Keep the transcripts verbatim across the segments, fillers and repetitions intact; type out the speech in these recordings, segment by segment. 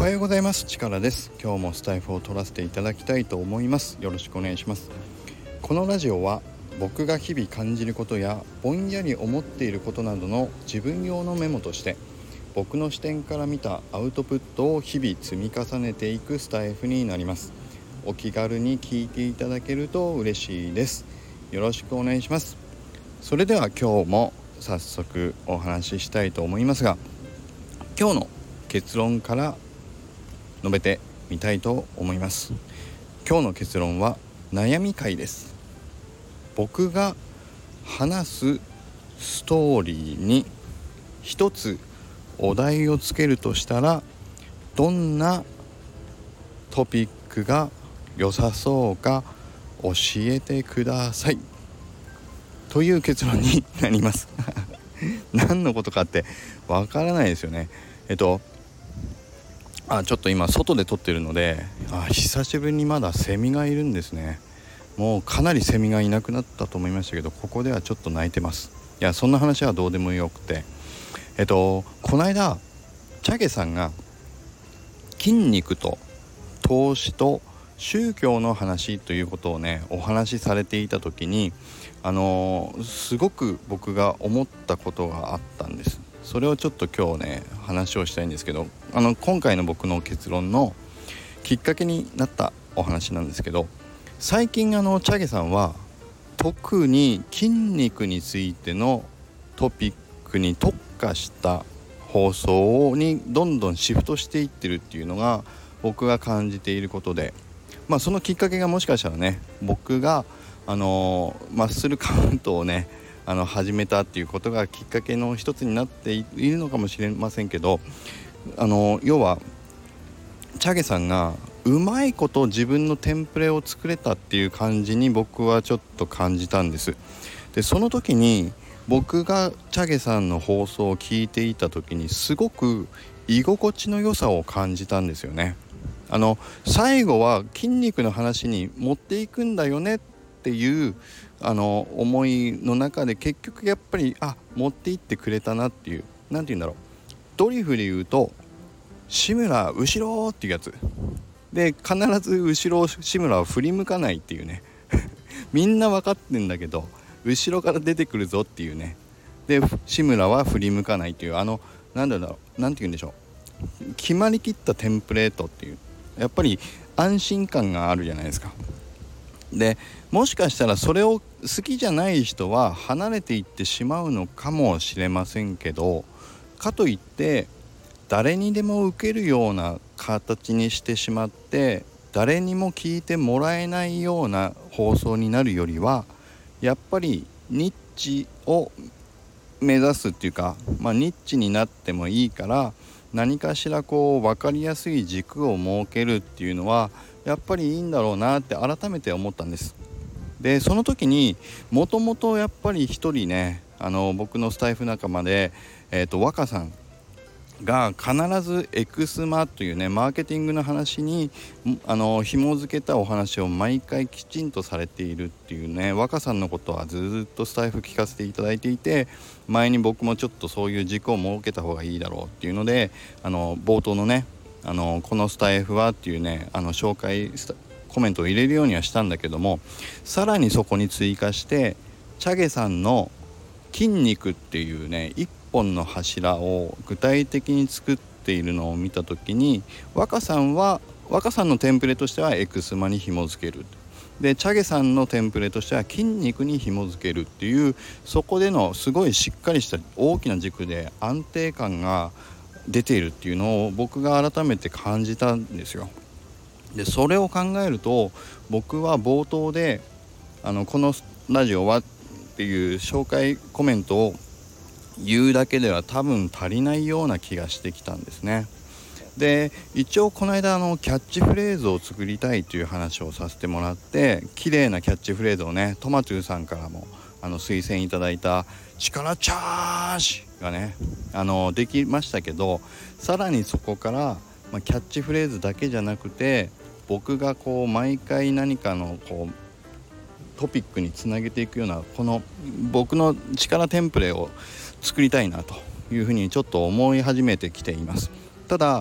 はようございます。チカラです。今日もスタイフを取らせていただきたいと思います。よろしくお願いします。このラジオは僕が日々感じることやぼんやり思っていることなどの自分用のメモとして僕の視点から見たアウトプットを日々積み重ねていくスタイフになります。お気軽に聞いていただけると嬉しいです。よろしくお願いします。それでは今日も早速お話ししたいと思いますが、今日の結論から述べてみたいと思います。今日の結論は悩み会です。僕が話すストーリーに一つお題をつけるとしたら、どんなトピックが良さそうか教えてくださいという結論になります何のことかってわからないですよね。えっとあちょっと今外で撮ってるので、あ久しぶりにまだセミがいるんですね。もうかなりセミがいなくなったと思いましたけど、ここではちょっと鳴いてます。いやそんな話はどうでもよくて、えっとこの間チャゲさんが筋肉と投資と宗教の話ということをねお話しされていた時に、あのー、すごく僕が思ったことがあったんです。それをちょっと今日ね話をしたいんですけど、あの今回の僕の結論のきっかけになったお話なんですけど、最近あのチャゲさんは特に筋肉についてのトピックに特化した放送にどんどんシフトしていってるっていうのが僕が感じていることで、まあそのきっかけがもしかしたらね、僕があのー、マッスルカウントをねあの始めたっていうことがきっかけの一つになっているのかもしれませんけど、あの要はチャゲさんがうまいこと自分のテンプレを作れたっていう感じに僕はちょっと感じたんです。でその時に僕がチャゲさんの放送を聞いていた時にすごく居心地の良さを感じたんですよね。あの最後は筋肉の話に持っていくんだよねっていうあの思いの中で、結局やっぱりあ持っていってくれたなっていう、なんて言うんだろう、ドリフで言うと志村後ろっていうやつで、必ず後ろを志村は振り向かないっていうねみんな分かってんだけど後ろから出てくるぞっていうね、で志村は振り向かないっていう、あのなんだろう、なんて言うんでしょう、決まりきったテンプレートっていう、やっぱり安心感があるじゃないですか。でもしかしたらそれを好きじゃない人は離れていってしまうのかもしれませんけど、かといって誰にでも受けるような形にしてしまって誰にも聞いてもらえないような放送になるよりは、やっぱりニッチを目指すっていうか、まあニッチになってもいいから何かしらこう分かりやすい軸を設けるっていうのはやっぱりいいんだろうなって改めて思ったんです。でその時にもともとやっぱり一人ね、あの僕のスタイフ仲間で、えーと若さんが必ずエクスマというねマーケティングの話にあの紐付けたお話を毎回きちんとされているっていうね、若さんのことはずっとスタイフ聞かせていただいていて、前に僕もちょっとそういう軸を設けた方がいいだろうっていうので、あの冒頭のねあのこのスタイフはっていうねあの紹介コメントを入れるようにはしたんだけども、さらにそこに追加してチャゲさんの筋肉っていうね一本の柱を具体的に作っているのを見た時に、若さんは若さんのテンプレとしてはエクスマに紐付ける、でチャゲさんのテンプレとしては筋肉に紐付けるっていう、そこでのすごいしっかりした大きな軸で安定感が出ているっていうのを僕が改めて感じたんですよ。でそれを考えると、僕は冒頭であのこのラジオはっていう紹介コメントを言うだけでは多分足りないような気がしてきたんですね。で一応この間あのキャッチフレーズを作りたいという話をさせてもらって、綺麗なキャッチフレーズをねトマトゥーさんからもあの推薦いただいた力チャージがねあのできましたけど、さらにそこから、まあ、キャッチフレーズだけじゃなくて、僕がこう毎回何かのこうトピックにつなげていくようなこの僕の力テンプレを作りたいなというふうにちょっと思い始めてきています。ただ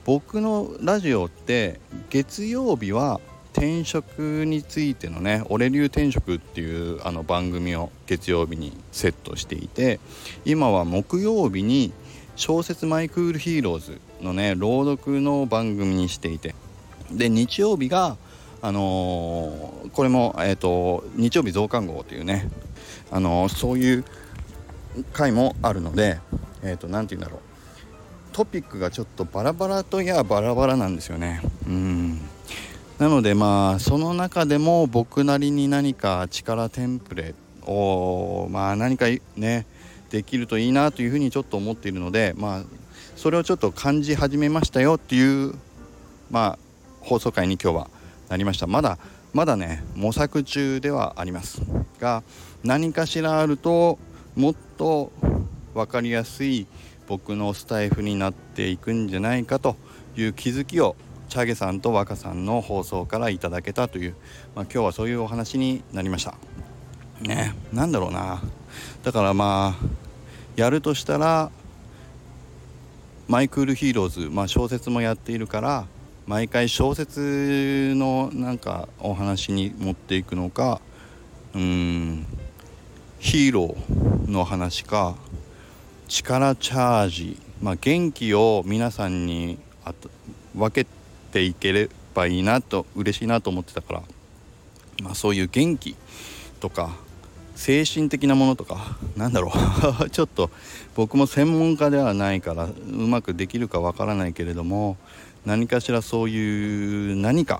僕のラジオって月曜日は転職についてのね、俺流転職っていうあの番組を月曜日にセットしていて、今は木曜日に小説マイクールヒーローズのね朗読の番組にしていて、で日曜日があのー、これも、えーと、日曜日増刊号というね、あのー、そういう回もあるので、えーと、なんて言うんだろう、トピックがちょっとバラバラといやバラバラなんですよね。うんなのでまあその中でも僕なりに何か力テンプレをまあ何かねできるといいなというふうにちょっと思っているので、まあそれをちょっと感じ始めましたよっていうまあ放送回に今日はなりました。まだまだね模索中ではありますが、何かしらあるともっと分かりやすい僕のスタイフになっていくんじゃないかという気づきをチャゲさんと若さんの放送からいただけたという、まあ、今日はそういうお話になりましたね。なんだろうな、だからまあやるとしたらマイクールヒーローズ、まあ、小説もやっているから毎回小説のなんかお話に持っていくのか、うーんヒーローの話か、力チャージ、まあ、元気を皆さんにあと分けていければいいなと嬉しいなと思ってたから、まあ、そういう元気とか精神的なものとかなんだろうちょっと僕も専門家ではないからうまくできるかわからないけれども、何かしらそういう何か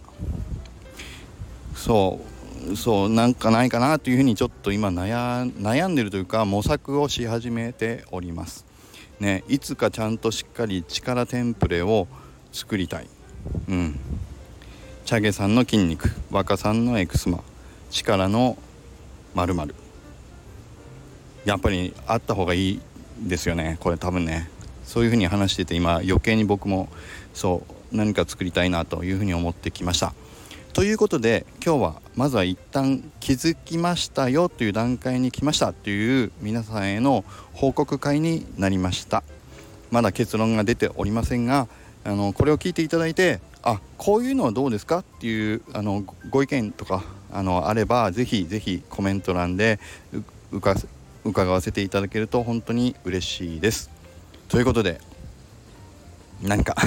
そうそうなんかないかなというふうにちょっと今悩、悩んでるというか模索をし始めておりますね。いつかちゃんとしっかり力テンプレを作りたい。うんチャゲさんの筋肉、若さんのエクスマ、力の〇〇、やっぱりあった方がいいですよね。これ多分ねそういうふうに話してて今余計に僕もそう何か作りたいなというふうに思ってきました。ということで今日はまずは一旦気づきましたよという段階に来ましたという皆さんへの報告会になりました。まだ結論が出ておりませんが、あのこれを聞いていただいて、あこういうのはどうですかっていうあのご意見とかあのあればぜひぜひコメント欄でうか伺わせていただけると本当に嬉しいです。ということで何か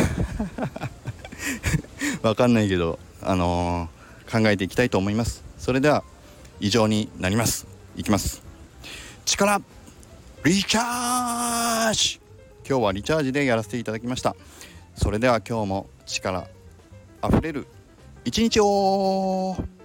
わかんないけどあのー、考えていきたいと思います。それでは以上になります。いきます。力リチャージ、今日はリチャージでやらせていただきました。それでは今日も力あふれる一日を。